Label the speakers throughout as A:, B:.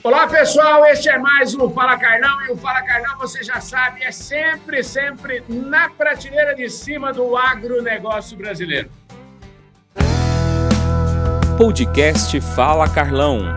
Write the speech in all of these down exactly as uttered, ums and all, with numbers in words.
A: Olá, pessoal, este é mais um Fala Carlão, e o Fala Carlão, você já sabe, é sempre, sempre na prateleira de cima do agronegócio brasileiro.
B: Podcast Fala Carlão.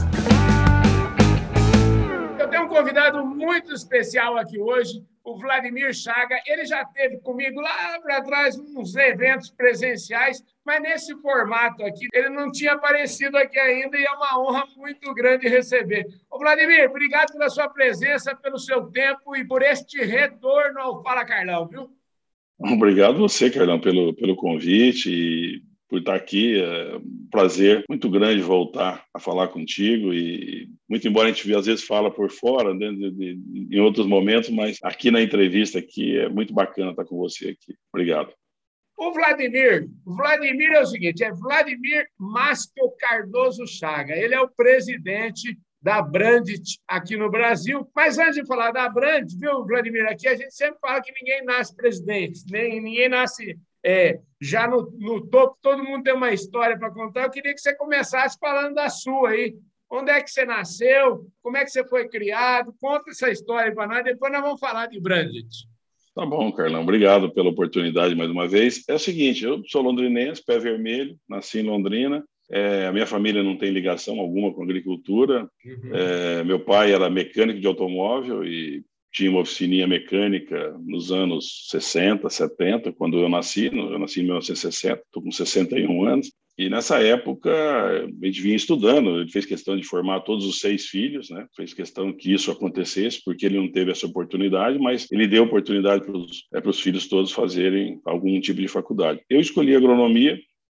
A: Eu tenho um convidado muito especial aqui hoje, o Vladimir Chaga. Ele já esteve comigo lá para trás, uns eventos presenciais, mas nesse formato aqui, ele não tinha aparecido aqui ainda e é uma honra muito grande receber. Ô Vladimir, obrigado pela sua presença, pelo seu tempo e por este retorno ao Fala Carlão, viu?
C: Obrigado você, Carlão, pelo, pelo convite e por estar aqui. É um prazer muito grande voltar a falar contigo e, muito embora a gente às vezes fala por fora, né, de, de, em outros momentos, mas aqui na entrevista aqui é muito bacana estar com você aqui. Obrigado.
A: O Vladimir, o Vladimir é o seguinte, é Vladimir Maskel Cardoso Chaga. Ele é o presidente da Brandit aqui no Brasil. Mas antes de falar da Brandit, viu, Vladimir, aqui a gente sempre fala que ninguém nasce presidente, nem, ninguém nasce é, já no, no topo, todo mundo tem uma história para contar. Eu queria que você começasse falando da sua aí. Onde é que você nasceu? Como é que você foi criado? Conta essa história para nós, depois nós vamos falar de Brandit.
C: Tá bom, Carlão. Obrigado pela oportunidade mais uma vez. É o seguinte, eu sou londrinense, pé vermelho, nasci em Londrina. É, a minha família não tem ligação alguma com agricultura. Uhum. É, meu pai era mecânico de automóvel e tinha uma oficininha mecânica nos anos sessenta, setenta, quando eu nasci. Eu nasci em mil novecentos e sessenta, estou com sessenta e um anos. E nessa época, a gente vinha estudando, ele fez questão de formar todos os seis filhos, né? Fez questão que isso acontecesse, porque ele não teve essa oportunidade, mas ele deu oportunidade para os é, para os filhos todos fazerem algum tipo de faculdade. Eu escolhi agronomia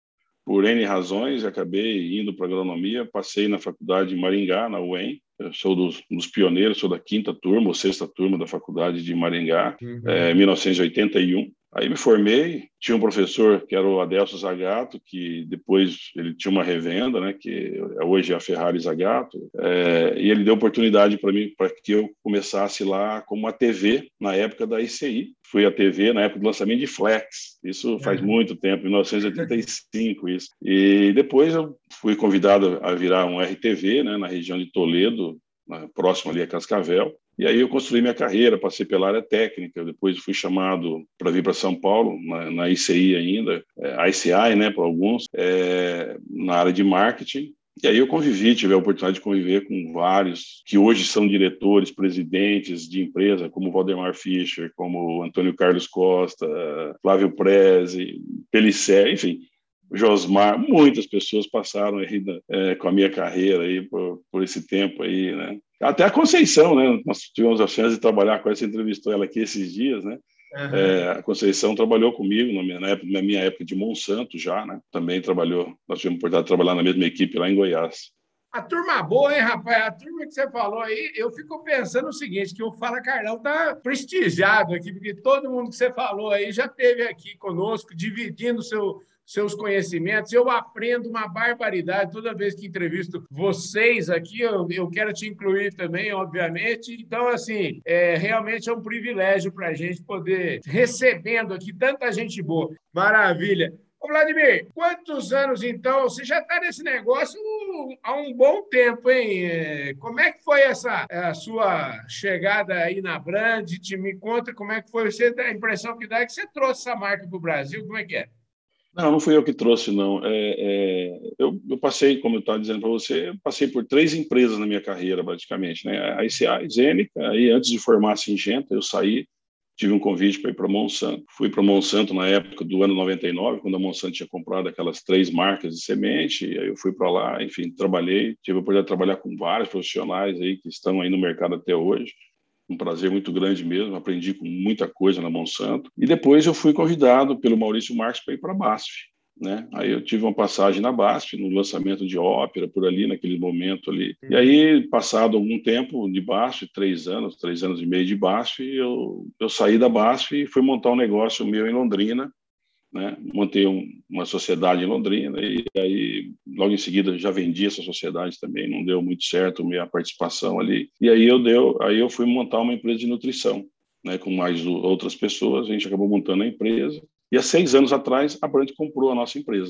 C: por N razões, acabei indo para agronomia, passei na faculdade de Maringá, na U E M. Eu sou dos, dos pioneiros, sou da quinta turma ou sexta turma da faculdade de Maringá, uhum. é, mil novecentos e oitenta e um. Aí me formei, tinha um professor que era o Adelso Zagato, que depois ele tinha uma revenda, né, que hoje é a Ferrari Zagato, é, e ele deu oportunidade para mim, para que eu começasse lá como a T V, na época da I C I. Fui a T V na época do lançamento de Flex, isso faz uhum. muito tempo, mil novecentos e oitenta e cinco, isso. E depois eu fui convidado a virar um R T V, né, na região de Toledo, na, próximo ali a Cascavel. E aí eu construí minha carreira, passei pela área técnica, depois fui chamado para vir para São Paulo, na, na I C I ainda, é, I C I, né, para alguns, é, na área de marketing. E aí eu convivi, tive a oportunidade de conviver com vários que hoje são diretores, presidentes de empresa, como Valdemar Fischer, como Antônio Carlos Costa, Flávio Prezi, Pellicer, enfim, Josmar, muitas pessoas passaram aí, é, com a minha carreira aí por, por esse tempo aí, né? Até a Conceição, né? Nós tivemos a chance de trabalhar com ela, você entrevistou ela aqui esses dias, né? Uhum. É, a Conceição trabalhou comigo na minha, na, época, na minha época de Monsanto já, né? Também trabalhou, nós tivemos a oportunidade de trabalhar na mesma equipe lá em Goiás.
A: A turma boa, hein, rapaz? A turma que você falou aí, eu fico pensando o seguinte, que o Fala Carlão tá prestigiado aqui, porque todo mundo que você falou aí já esteve aqui conosco, dividindo seu... seus conhecimentos. Eu aprendo uma barbaridade toda vez que entrevisto vocês aqui. Eu, eu quero te incluir também, obviamente. Então, assim, é, realmente é um privilégio para a gente poder recebendo aqui tanta gente boa. Maravilha. Ô, Vladimir, quantos anos, então? Você já está nesse negócio há um bom tempo, hein? Como é que foi essa a sua chegada aí na Brandit? Me conta como é que foi. Você tem a impressão que dá que você trouxe essa marca para o Brasil. Como é que é?
C: Não, não fui eu que trouxe, não. É, é, eu, eu passei, como eu estava dizendo para você, eu passei por três empresas na minha carreira, praticamente, né? A I C A, Zenica, aí antes de formar a Syngenta, eu saí, tive um convite para ir para Monsanto. Fui para Monsanto na época do ano noventa e nove, quando a Monsanto tinha comprado aquelas três marcas de semente, aí eu fui para lá, enfim, trabalhei, tive a oportunidade de trabalhar com vários profissionais aí que estão aí no mercado até hoje. Um prazer muito grande mesmo, aprendi com muita coisa na Monsanto. E depois eu fui convidado pelo Maurício Marques para ir para a B A S F, né? Aí eu tive uma passagem na B A S F, no lançamento de ópera, por ali, naquele momento ali. E aí, passado algum tempo de B A S F, três anos, três anos e meio de B A S F, eu, eu saí da B A S F e fui montar um negócio meu em Londrina, né? Montei um, uma sociedade em Londrina e aí logo em seguida já vendi essa sociedade também, não deu muito certo a minha participação ali, e aí eu, deu, aí eu fui montar uma empresa de nutrição, né, com mais outras pessoas. A gente acabou montando a empresa e há seis anos atrás a Brand comprou a nossa empresa,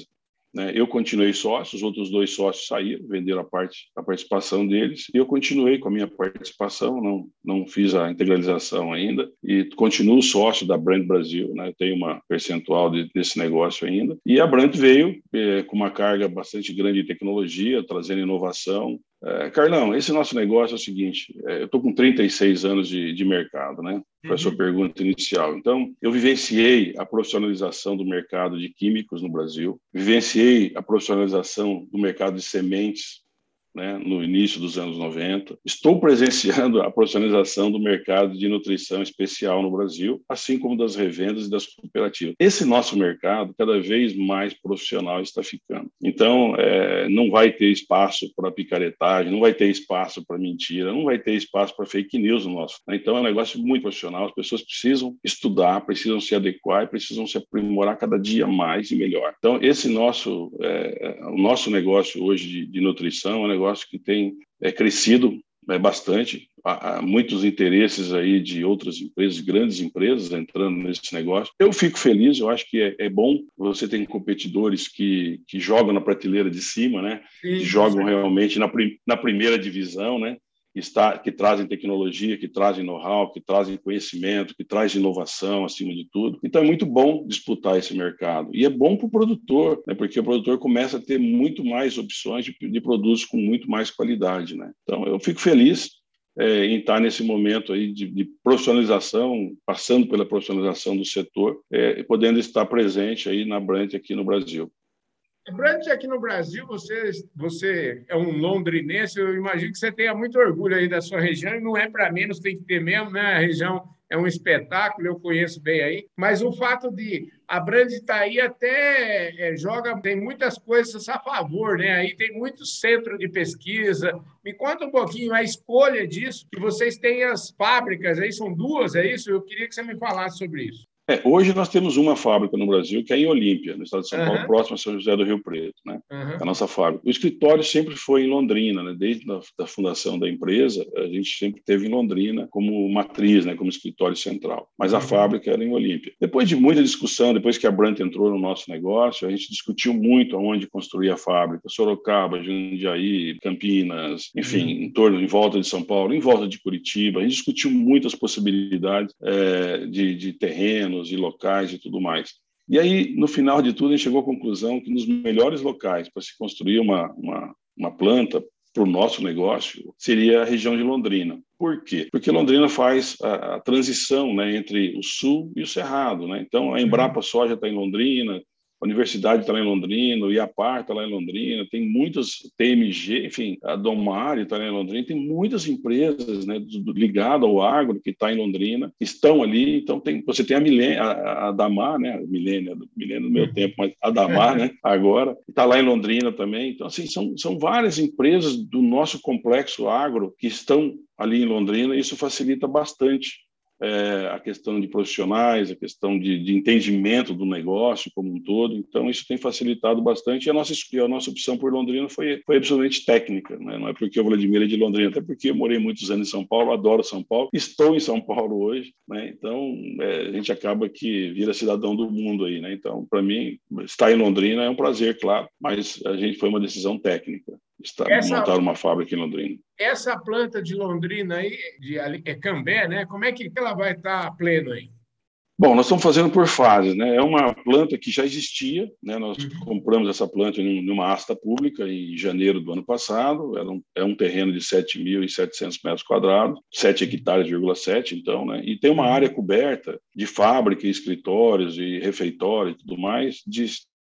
C: né? Eu continuei sócio, os outros dois sócios saíram, venderam a, parte, a participação deles, e eu continuei com a minha participação, não, não fiz a integralização ainda, e continuo sócio da Brand Brasil, né? Eu tenho uma percentual de, desse negócio ainda. E a Brand veio é, com uma carga bastante grande de tecnologia, trazendo inovação. É, Carlão, esse nosso negócio é o seguinte, é, eu estou com trinta e seis anos de, de mercado, né? Foi a sua pergunta inicial. Então, eu vivenciei a profissionalização do mercado de químicos no Brasil, vivenciei a profissionalização do mercado de sementes, né, no início dos anos noventa. Estou presenciando a profissionalização do mercado de nutrição especial no Brasil, assim como das revendas e das cooperativas. Esse nosso mercado, cada vez mais profissional está ficando. Então, é, não vai ter espaço para picaretagem, não vai ter espaço para mentira, não vai ter espaço para fake news no nosso. Então, é um negócio muito profissional. As pessoas precisam estudar, precisam se adequar e precisam se aprimorar cada dia mais e melhor. Então, esse nosso, é, o nosso negócio hoje de, de nutrição é um negócio que tem é, crescido é, bastante. Há, há muitos interesses aí de outras empresas, grandes empresas, entrando nesse negócio. Eu fico feliz, eu acho que é, é bom você ter competidores que, que jogam na prateleira de cima, né?
A: Sim,
C: que jogam realmente na, prim, na primeira divisão, né? Que, está, que trazem tecnologia, que trazem know-how, que trazem conhecimento, que trazem inovação, acima de tudo. Então, é muito bom disputar esse mercado. E é bom para o produtor, né? Porque o produtor começa a ter muito mais opções de, de produtos com muito mais qualidade, né? Então, eu fico feliz é, em estar nesse momento aí de, de profissionalização, passando pela profissionalização do setor, é, podendo estar presente aí na Brand aqui no Brasil.
A: Brand, aqui no Brasil, você, você é um londrinense, eu imagino que você tenha muito orgulho aí da sua região, e não é para menos, tem que ter mesmo, né? A região é um espetáculo, eu conheço bem aí, mas o fato de a Brand estar aí até é, joga, tem muitas coisas a favor, né? Aí tem muito centro de pesquisa. Me conta um pouquinho a escolha disso, que vocês têm as fábricas aí, são duas, é isso? Eu queria que você me falasse sobre isso.
C: É, hoje nós temos uma fábrica no Brasil, que é em Olímpia, no estado de São Paulo,
A: Uhum.
C: próximo a São José do Rio Preto, né?
A: Uhum.
C: A nossa fábrica. O escritório sempre foi em Londrina, né? Desde a da fundação da empresa, a gente sempre teve em Londrina como matriz, né? Como escritório central. Mas a uhum. fábrica era em Olímpia. Depois de muita discussão, depois que a Brand entrou no nosso negócio, a gente discutiu muito aonde construir a fábrica. Sorocaba, Jundiaí, Campinas, enfim, uhum. em torno, em volta de São Paulo, em volta de Curitiba. A gente discutiu muitas possibilidades é, de, de terrenos e locais e tudo mais. E aí, no final de tudo, a gente chegou à conclusão que nos melhores locais para se construir uma, uma, uma planta para o nosso negócio seria a região de Londrina. Por quê? Porque Londrina faz a, a transição, né, entre o sul e o cerrado, né? Então, a Embrapa Soja está em Londrina, a universidade está lá em Londrina, o Iapar está lá em Londrina, tem muitas T M G, enfim, a Domari está lá em Londrina, tem muitas empresas, né, ligadas ao agro que está em Londrina, estão ali. Então, tem, você tem a, Milênio, a, a Damar, né, a Milênio, Milênio no meu tempo, mas a Damar, né, agora, está lá em Londrina também. Então, assim, são, são várias empresas do nosso complexo agro que estão ali em Londrina, e isso facilita bastante É, a questão de profissionais, a questão de, de entendimento do negócio como um todo. Então, isso tem facilitado bastante. E a nossa, a nossa opção por Londrina foi, foi absolutamente técnica, né? Não é porque o Vladimir é de Londrina, até porque eu morei muitos anos em São Paulo, adoro São Paulo, estou em São Paulo hoje, né? Então, é, a gente acaba que vira cidadão do mundo aí, né? Então, para mim, estar em Londrina é um prazer, claro, mas a gente foi uma decisão técnica. Está, essa, montar uma fábrica em Londrina.
A: Essa planta de Londrina aí, de é Cambé, né? Como é que ela vai estar plena aí?
C: Bom, nós estamos fazendo por fases, né? É uma planta que já existia, né? Nós uhum. compramos essa planta em uma asta pública em janeiro do ano passado. Era um, é um terreno de sete mil e setecentos metros quadrados, sete hectares, vírgula sete, então, né? E tem uma uhum. área coberta de fábrica, escritórios e refeitório e tudo mais de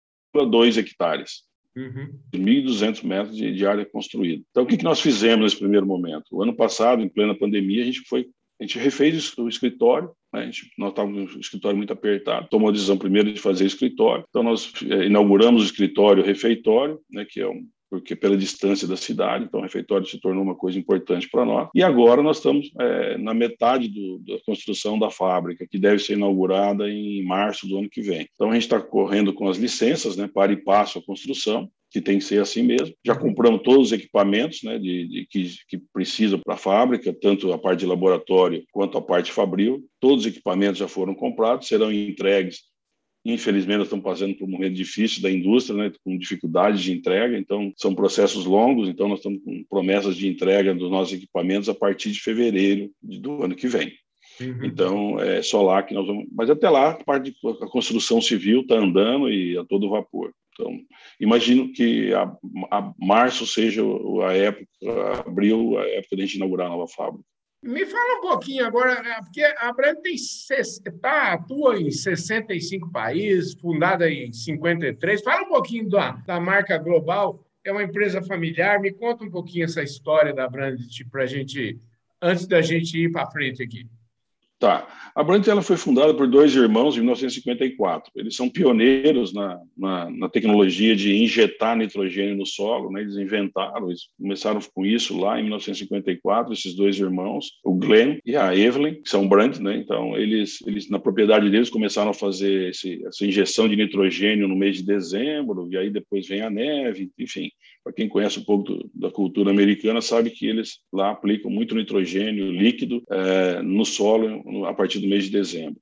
C: dois hectares. Uhum. mil e duzentos metros de, de área construída. Então, o que, que nós fizemos nesse primeiro momento? O ano passado, em plena pandemia, a gente foi, a gente refez o escritório, né? A gente, nós estávamos com o escritório muito apertado, tomou a decisão primeiro de fazer escritório. Então, nós é, inauguramos o escritório refeitório, né? Que é um porque pela distância da cidade, então o refeitório se tornou uma coisa importante para nós. E agora nós estamos é, na metade do, da construção da fábrica, que deve ser inaugurada em março do ano que vem. Então a gente está correndo com as licenças, né, para e passo a construção, que tem que ser assim mesmo. Já compramos todos os equipamentos, né, de, de, que, que precisam para a fábrica, tanto a parte de laboratório quanto a parte fabril. Todos os equipamentos já foram comprados, serão entregues Infelizmente, nós estamos passando por um momento difícil da indústria, né, com dificuldades de entrega, então são processos longos, então nós estamos com promessas de entrega dos nossos equipamentos a partir de fevereiro do ano que vem. Uhum. Então, é só lá que nós vamos... Mas até lá, a parte de a construção civil está andando e a todo vapor. Então, imagino que a, a março seja a época, abril, a época de a gente inaugurar a nova fábrica.
A: Me fala um pouquinho agora, porque a Brand tem, tá, atua em sessenta e cinco países, fundada em cinquenta e três. Fala um pouquinho da, da marca global. É uma empresa familiar. Me conta um pouquinho essa história da Brand para a gente, antes da gente ir para frente aqui.
C: Tá. A Brand ela foi fundada por dois irmãos em mil novecentos e cinquenta e quatro. Eles são pioneiros na, na, na tecnologia de injetar nitrogênio no solo, né? Eles inventaram, eles começaram com isso lá em mil novecentos e cinquenta e quatro, esses dois irmãos, o Glenn e a Evelyn, que são Brand, né? Então, eles, eles, na propriedade deles, começaram a fazer esse, essa injeção de nitrogênio no mês de dezembro, e aí depois vem a neve, enfim. Para quem conhece um pouco do, da cultura americana, sabe que eles lá aplicam muito nitrogênio líquido é, no solo a partir do mês de dezembro.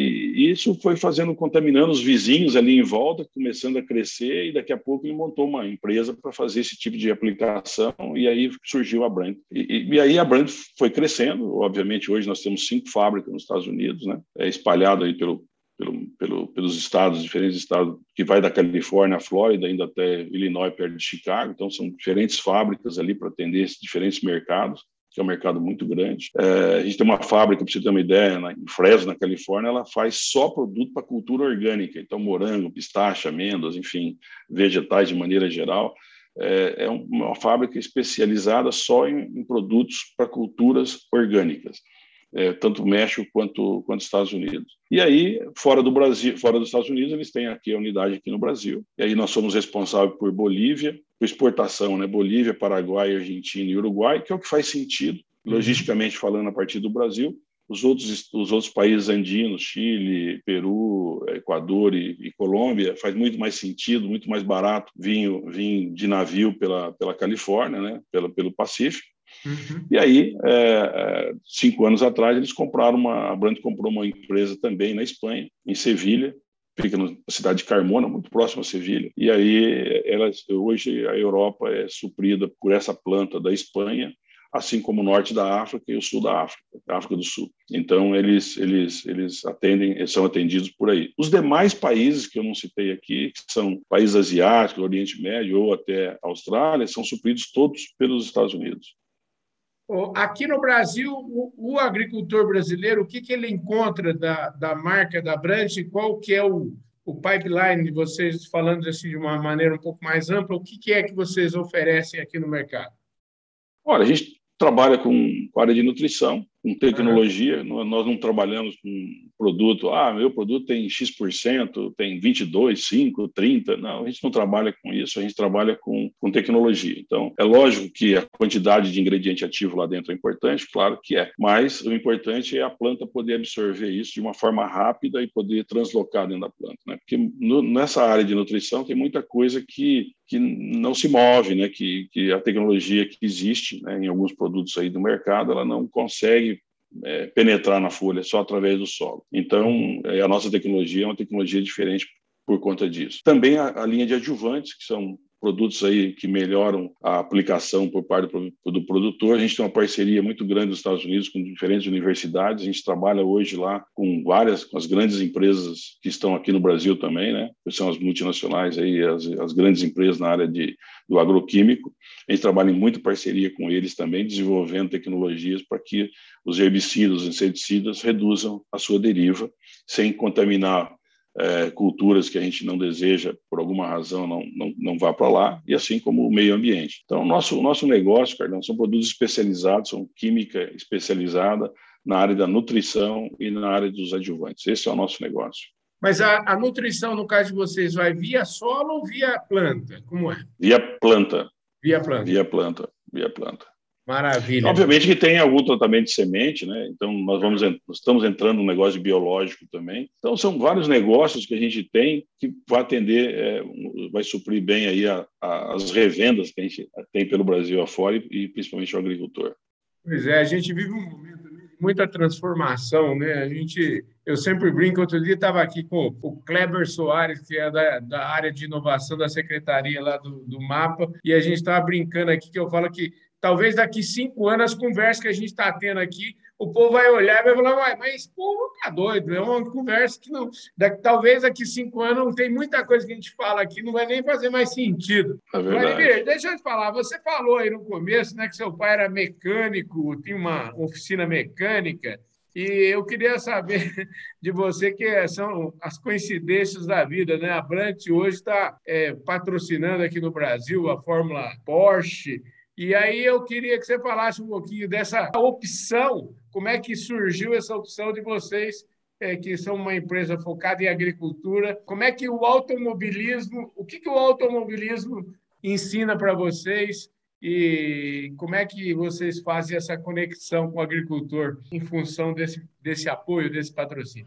C: E isso foi fazendo, contaminando os vizinhos ali em volta, começando a crescer, e daqui a pouco ele montou uma empresa para fazer esse tipo de aplicação, e aí surgiu a Brand. E, e aí a Brand foi crescendo, obviamente hoje nós temos cinco fábricas nos Estados Unidos, né? É espalhado aí pelo Pelo, pelo, pelos estados, diferentes estados, que vai da Califórnia à Flórida, ainda até Illinois, perto de Chicago. Então, são diferentes fábricas ali para atender esses diferentes mercados, que é um mercado muito grande. É, a gente tem uma fábrica, para você ter uma ideia, na, em Fresno, na Califórnia, ela faz só produto para cultura orgânica. Então, morango, pistache, amêndoas, enfim, vegetais de maneira geral. É, é uma fábrica especializada só em, em produtos para culturas orgânicas. É, tanto México quanto quanto Estados Unidos. E aí, fora do Brasil, fora dos Estados Unidos, eles têm aqui a unidade aqui no Brasil. E aí nós somos responsáveis por Bolívia, por exportação, né? Bolívia, Paraguai, Argentina e Uruguai, que é o que faz sentido, logisticamente falando, a partir do Brasil. Os outros, os outros países andinos, Chile, Peru, Equador e, e Colômbia, faz muito mais sentido, muito mais barato vir, vir de navio pela, pela Califórnia, né? Pela, pelo Pacífico. Uhum. E aí, é, cinco anos atrás, eles compraram uma, a Brand comprou uma empresa também na Espanha, em Sevilha, fica na cidade de Carmona, muito próximo a Sevilha. E aí, ela, hoje, a Europa é suprida por essa planta da Espanha, assim como o norte da África e o sul da África, a África do Sul. Então, eles, eles, eles atendem, eles são atendidos por aí. Os demais países que eu não citei aqui, que são países asiáticos, Oriente Médio ou até Austrália, são supridos todos pelos Estados Unidos.
A: Aqui no Brasil, o, o agricultor brasileiro, o que, que ele encontra da, da marca da Brand? Qual que é o, o pipeline de vocês, falando assim de uma maneira um pouco mais ampla, o que, que é que vocês oferecem aqui no mercado?
C: Olha, a gente trabalha com, com área de nutrição, com tecnologia, uhum. Nós não trabalhamos com produto, ah, meu produto tem X por cento, tem vinte e dois, cinco, trinta, não, a gente não trabalha com isso, a gente trabalha com, com tecnologia. Então, é lógico que a quantidade de ingrediente ativo lá dentro é importante, claro que é, mas o importante é a planta poder absorver isso de uma forma rápida e poder translocar dentro da planta, né? Porque no, nessa área de nutrição tem muita coisa que, que não se move, né? Que, que a tecnologia que existe, né, em alguns produtos aí do mercado, ela não consegue É, penetrar na folha só através do solo. Então, é, a nossa tecnologia é uma tecnologia diferente por conta disso. Também a, a linha de adjuvantes, que são produtos aí que melhoram a aplicação por parte do, do produtor. A gente tem uma parceria muito grande nos Estados Unidos com diferentes universidades. A gente trabalha hoje lá com várias, com as grandes empresas que estão aqui no Brasil também, né? Que são as multinacionais aí, as, as grandes empresas na área de, do agroquímico. A gente trabalha em muita parceria com eles também, desenvolvendo tecnologias para que os herbicidas, os inseticidas reduzam a sua deriva, sem contaminar é, culturas que a gente não deseja, por alguma razão, não, não, não vá para lá, e assim como o meio ambiente. Então, o nosso, nosso negócio, Carlão, são produtos especializados, são química especializada na área da nutrição e na área dos adjuvantes. Esse é o nosso negócio.
A: Mas a, a nutrição, no caso de vocês, vai via solo ou via planta? Como é?
C: Via planta.
A: Via planta.
C: Via planta. Via planta.
A: Maravilha.
C: Obviamente que tem algum tratamento de semente, né? Então, nós, vamos, nós estamos entrando no negócio biológico também. Então, são vários negócios que a gente tem que vai atender, é, vai suprir bem aí a, a, as revendas que a gente tem pelo Brasil afora e, e principalmente o agricultor.
A: Pois é, a gente vive um momento de muita transformação, né? A gente, eu sempre brinco, outro dia estava aqui com o Kleber Soares, que é da, da área de inovação da secretaria lá do, do MAPA, e a gente estava brincando aqui, que eu falo que talvez daqui cinco anos as conversas que a gente está tendo aqui, o povo vai olhar e vai falar, Uai, mas esse povo tá doido, é uma conversa que não... Daqui, talvez daqui cinco anos não tem muita coisa que a gente fala aqui, não vai nem fazer mais sentido.
C: É
A: Vladimir, deixa eu te falar, você falou aí no começo, né, que seu pai era mecânico, tinha uma oficina mecânica, e eu queria saber de você que são as coincidências da vida, né? A Brant hoje está é, patrocinando aqui no Brasil a Fórmula Porsche, e aí eu queria que você falasse um pouquinho dessa opção, como é que surgiu essa opção de vocês, é, que são uma empresa focada em agricultura, como é que o automobilismo, o que, que o automobilismo ensina para vocês e como é que vocês fazem essa conexão com o agricultor em função desse, desse apoio, desse patrocínio?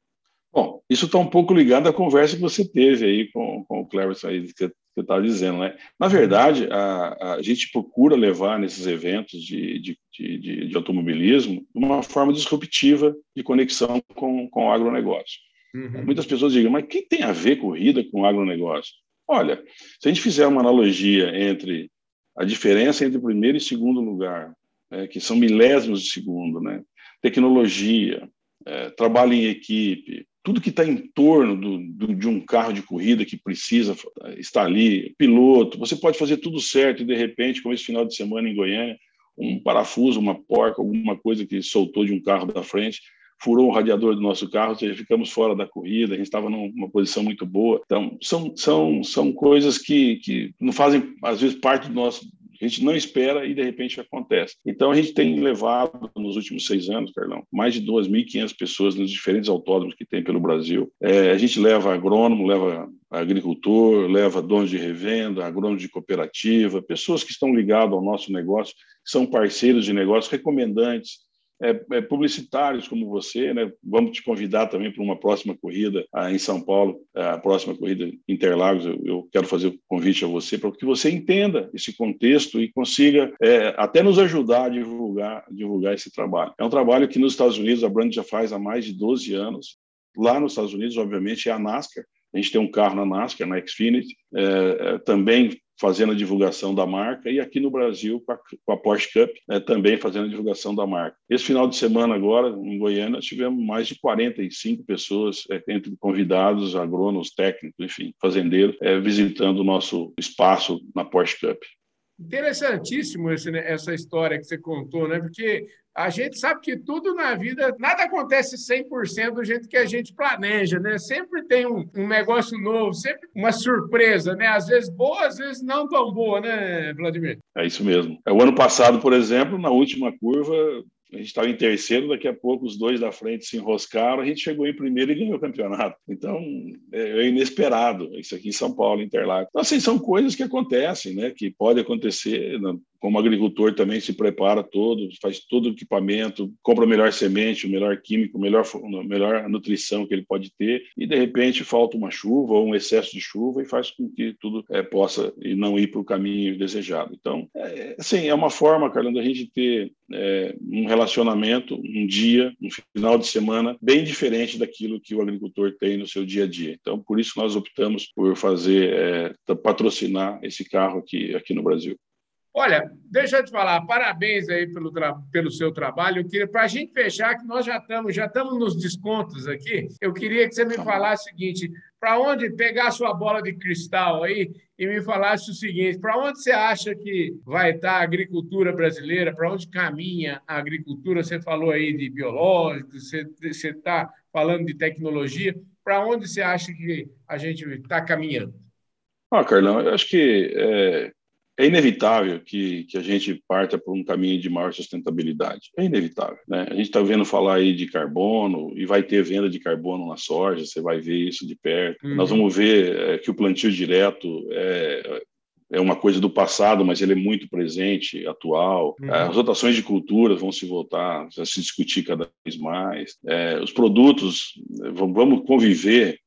C: Bom, isso está um pouco ligado à conversa que você teve aí com, com o Cleverson aí, que você estava dizendo, né? Na verdade, a, a gente procura levar nesses eventos de, de, de, de automobilismo uma forma disruptiva de conexão com, com o agronegócio. Uhum. Muitas pessoas dizem, mas o que tem a ver corrida com o agronegócio? Olha, se a gente fizer uma analogia entre a diferença entre primeiro e segundo lugar, né, que são milésimos de segundo, né? Tecnologia, é, trabalho em equipe, tudo que está em torno do, do, de um carro de corrida que precisa estar ali, piloto, você pode fazer tudo certo e, de repente, como esse final de semana em Goiânia, um parafuso, uma porca, alguma coisa que soltou de um carro da frente, furou o radiador do nosso carro, ou seja, ficamos fora da corrida, a gente estava numa posição muito boa. Então, são, são, são coisas que, que não fazem, às vezes, parte do nosso... A gente não espera e, de repente, acontece. Então, a gente tem levado, nos últimos seis anos, Carlão, mais de duas mil e quinhentas pessoas nos diferentes autódromos que tem pelo Brasil. É, a gente leva agrônomo, leva agricultor, leva donos de revenda, agrônomos de cooperativa, pessoas que estão ligadas ao nosso negócio, que são parceiros de negócio, recomendantes, É, é, publicitários como você, né? Vamos te convidar também para uma próxima corrida ah, em São Paulo, a próxima corrida Interlagos. Eu, eu quero fazer o convite a você para que você entenda esse contexto e consiga é, até nos ajudar a divulgar, divulgar esse trabalho. É um trabalho que nos Estados Unidos a Brand já faz há mais de doze anos. Lá nos Estados Unidos, obviamente, é a NASCAR. A gente tem um carro na NASCAR, na Xfinity, é, é, também fazendo a divulgação da marca, e aqui no Brasil, com a, com a Porsche Cup, né, também fazendo a divulgação da marca. Esse final de semana agora, em Goiânia, tivemos mais de quarenta e cinco pessoas, é, entre convidados, agrônomos, técnicos, enfim, fazendeiros, é, visitando o nosso espaço na Porsche Cup.
A: Interessantíssimo esse, né, essa história que você contou, né? Porque a gente sabe que tudo na vida, nada acontece cem por cento do jeito que a gente planeja, né? Sempre tem um, um negócio novo, sempre uma surpresa, né? Às vezes boa, às vezes não tão boa, né, Vladimir?
C: É isso mesmo. O ano passado, por exemplo, na última curva, a gente estava em terceiro, daqui a pouco os dois da frente se enroscaram, a gente chegou em primeiro e ganhou o campeonato. Então, é inesperado, isso aqui em São Paulo, Interlagos. Então, assim, são coisas que acontecem, né? Que pode acontecer, como agricultor também se prepara todo, faz todo o equipamento, compra a melhor semente, o melhor químico, a melhor, a melhor nutrição que ele pode ter, e de repente falta uma chuva ou um excesso de chuva e faz com que tudo é, possa e não ir para o caminho desejado. Então, é, assim, é uma forma, Carlão, da gente ter é, um relacionamento, um dia, um final de semana bem diferente daquilo que o agricultor tem no seu dia a dia. Então, por isso nós optamos por fazer, é, patrocinar esse carro aqui, aqui no Brasil.
A: Olha, deixa eu te falar, parabéns aí pelo, pelo seu trabalho. Eu queria, para a gente fechar, que nós já estamos já estamos nos descontos aqui, eu queria que você me falasse o seguinte, para onde pegar a sua bola de cristal aí e me falasse o seguinte, para onde você acha que vai estar a agricultura brasileira, para onde caminha a agricultura? Você falou aí de biológicos, você está falando de tecnologia, para onde você acha que a gente está caminhando?
C: Ah, Carlão, eu acho que é... É inevitável que, que a gente parta por um caminho de maior sustentabilidade. É inevitável, né? A gente está vendo falar aí de carbono e vai ter venda de carbono na soja, você vai ver isso de perto. Uhum. Nós vamos ver é, que o plantio direto é, é uma coisa do passado, mas ele é muito presente, atual. Uhum. As rotações de culturas vão se voltar a se discutir cada vez mais. É, os produtos, vamos conviver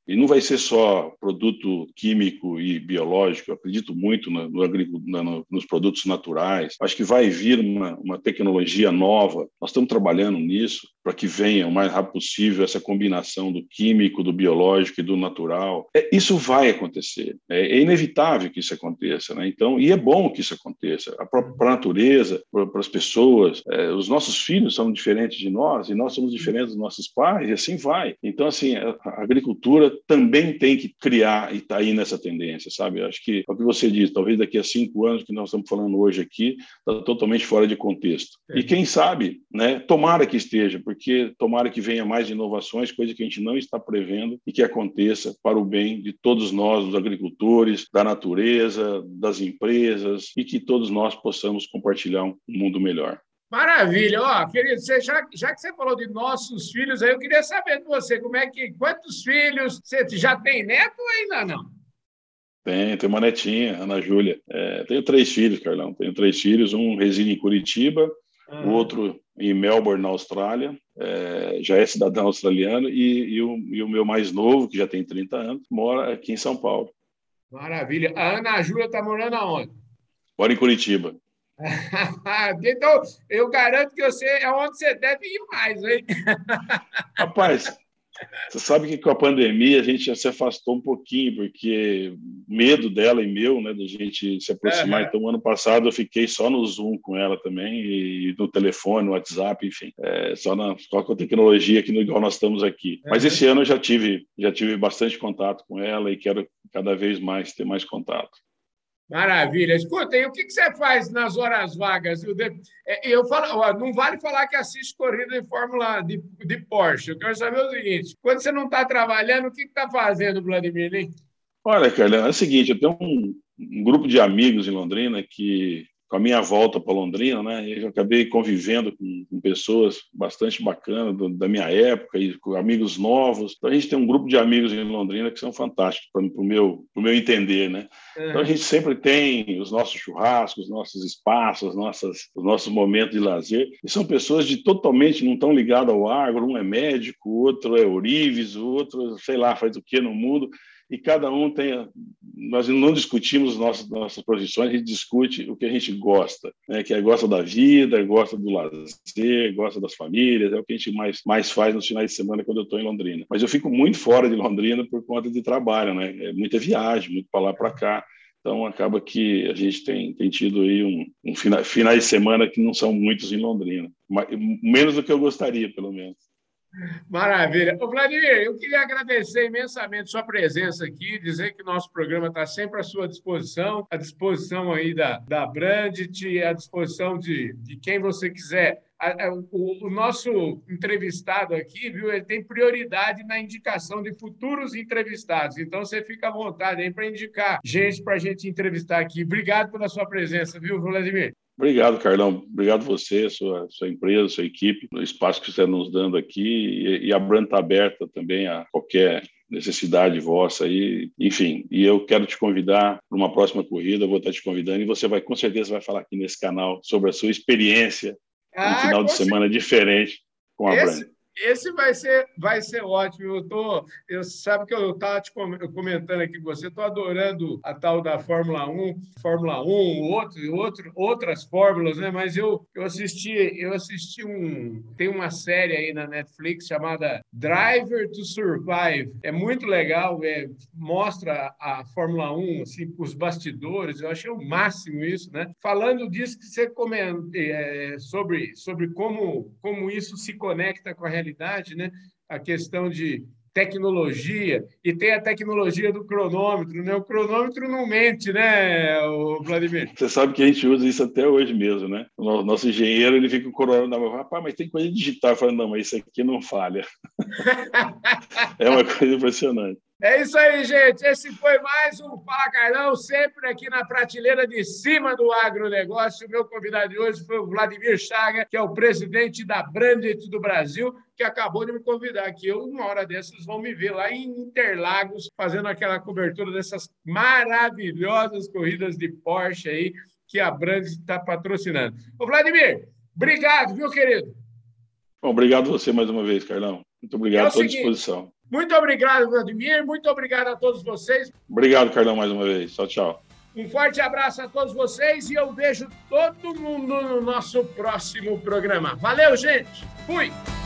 C: E não vai ser só produto químico e biológico, eu acredito muito no, no, no, nos produtos naturais. Acho que vai vir uma, uma tecnologia nova, nós estamos trabalhando nisso, para que venha o mais rápido possível essa combinação do químico, do biológico e do natural. É, isso vai acontecer, é, é inevitável que isso aconteça, né? Então, e é bom que isso aconteça, para a natureza, para as pessoas. É, os nossos filhos são diferentes de nós e nós somos diferentes dos nossos pais, e assim vai. Então, assim, a, a agricultura também tem que criar e está aí nessa tendência, sabe? Acho que, é o que você diz, talvez daqui a cinco anos que nós estamos falando hoje aqui, está totalmente fora de contexto. É. E quem sabe, né? Tomara que esteja, porque tomara que venha mais inovações, coisa que a gente não está prevendo e que aconteça para o bem de todos nós, dos agricultores, da natureza, das empresas, e que todos nós possamos compartilhar um mundo melhor.
A: Maravilha. Ó, querido, você já, já que você falou de nossos filhos, aí eu queria saber de você, como é que, quantos filhos, você já tem neto ou ainda não?
C: Tem, tem uma netinha, Ana Júlia. É, tenho três filhos, Carlão, tenho três filhos, um reside em Curitiba, uhum. O outro em Melbourne, na Austrália, é, já é cidadão australiano, e, e, o, e o meu mais novo, que já tem trinta anos, mora aqui em São Paulo.
A: Maravilha. A Ana Júlia está morando aonde?
C: Mora em Curitiba.
A: Então, eu garanto que você é onde você deve ir mais, hein?
C: Rapaz, você sabe que com a pandemia a gente já se afastou um pouquinho, porque medo dela e meu, né, da gente se aproximar. Uhum. Então, ano passado eu fiquei só no Zoom com ela também, e no telefone, no WhatsApp, enfim, é, só, na, só com a tecnologia que igual nós estamos aqui. Uhum. Mas esse ano eu já tive, já tive bastante contato com ela e quero cada vez mais ter mais contato.
A: Maravilha. Escuta, e o que você faz nas horas vagas? Eu falo, ó, não vale falar que assiste corrida de Fórmula de, de Porsche. Eu quero saber o seguinte: quando você não está trabalhando, o que está fazendo, Vladimir? Hein?
C: Olha, Carlão, é o seguinte, eu tenho um, um grupo de amigos em Londrina que, com a minha volta para Londrina, né, eu acabei convivendo com, com pessoas bastante bacanas do, da minha época e com amigos novos. Então, a gente tem um grupo de amigos em Londrina que são fantásticos para o meu, pro meu entender, né? Uhum. Então, a gente sempre tem os nossos churrascos, os nossos espaços, os nossos, os nossos momentos de lazer. E são pessoas de totalmente não estão ligadas ao agro. Um é médico, o outro é ourives, o outro, sei lá, faz o que no mundo. E cada um tem... Nós não discutimos nossas, nossas profissões, a gente discute o que a gente gosta, né? Que é, gosta da vida, gosta do lazer, gosta das famílias, é o que a gente mais, mais faz nos finais de semana quando eu estou em Londrina. Mas eu fico muito fora de Londrina por conta de trabalho, né? É muita viagem, muito para lá, para cá. Então, acaba que a gente tem, tem tido aí um, um fina, finais de semana que não são muitos em Londrina. Menos do que eu gostaria, pelo menos.
A: Maravilha. Ô, Vladimir, eu queria agradecer imensamente sua presença aqui, dizer que nosso programa está sempre à sua disposição, à disposição aí da, da Brandit, à disposição de, de quem você quiser. O, o nosso entrevistado aqui, viu, ele tem prioridade na indicação de futuros entrevistados. Então, você fica à vontade aí para indicar gente para a gente entrevistar aqui. Obrigado pela sua presença, viu, Vladimir?
C: Obrigado, Carlão. Obrigado você, sua, sua empresa, sua equipe, o espaço que você está nos dando aqui. E, e a Brand está aberta também a qualquer necessidade vossa aí. Enfim, e eu quero te convidar para uma próxima corrida, eu vou estar te convidando, e você vai, com certeza, vai falar aqui nesse canal sobre a sua experiência ah, um final de semana certeza. Diferente com a
A: Esse...
C: Brand.
A: Esse vai ser, vai ser ótimo. Eu tô, eu sabe que eu estava te comentando aqui com você, estou adorando a tal da Fórmula um, Fórmula um, outro, outro, outras fórmulas, né? Mas eu, eu assisti, eu assisti um. Tem uma série aí na Netflix chamada Driver to Survive. É muito legal, é, mostra a Fórmula um, assim, os bastidores. Eu achei o máximo isso, né? Falando disso que você comenta é, sobre, sobre como, como isso se conecta com a realidade. Realidade, né? A questão de tecnologia, e tem a tecnologia do cronômetro, né? O cronômetro não mente, né, Vladimir?
C: Você sabe que a gente usa isso até hoje mesmo, né? O nosso engenheiro, ele fica com o cronômetro, rapaz, mas tem coisa digital. Eu falo, não, mas isso aqui não falha. É uma coisa impressionante.
A: É isso aí, gente. Esse foi mais um Fala Carlão, sempre aqui na prateleira de cima do agronegócio. O meu convidado de hoje foi o Vladimir Chaga, que é o presidente da Brandit do Brasil, que acabou de me convidar aqui. Eu, uma hora dessas, vão me ver lá em Interlagos, fazendo aquela cobertura dessas maravilhosas corridas de Porsche aí, que a Brandit está patrocinando. Ô, Vladimir, obrigado, viu, querido?
C: Bom, obrigado você mais uma vez, Carlão. Muito obrigado, estou à disposição.
A: Muito obrigado, Vladimir. Muito obrigado a todos vocês.
C: Obrigado, Carlão, mais uma vez. Tchau, tchau.
A: Um forte abraço a todos vocês e eu vejo todo mundo no nosso próximo programa. Valeu, gente. Fui!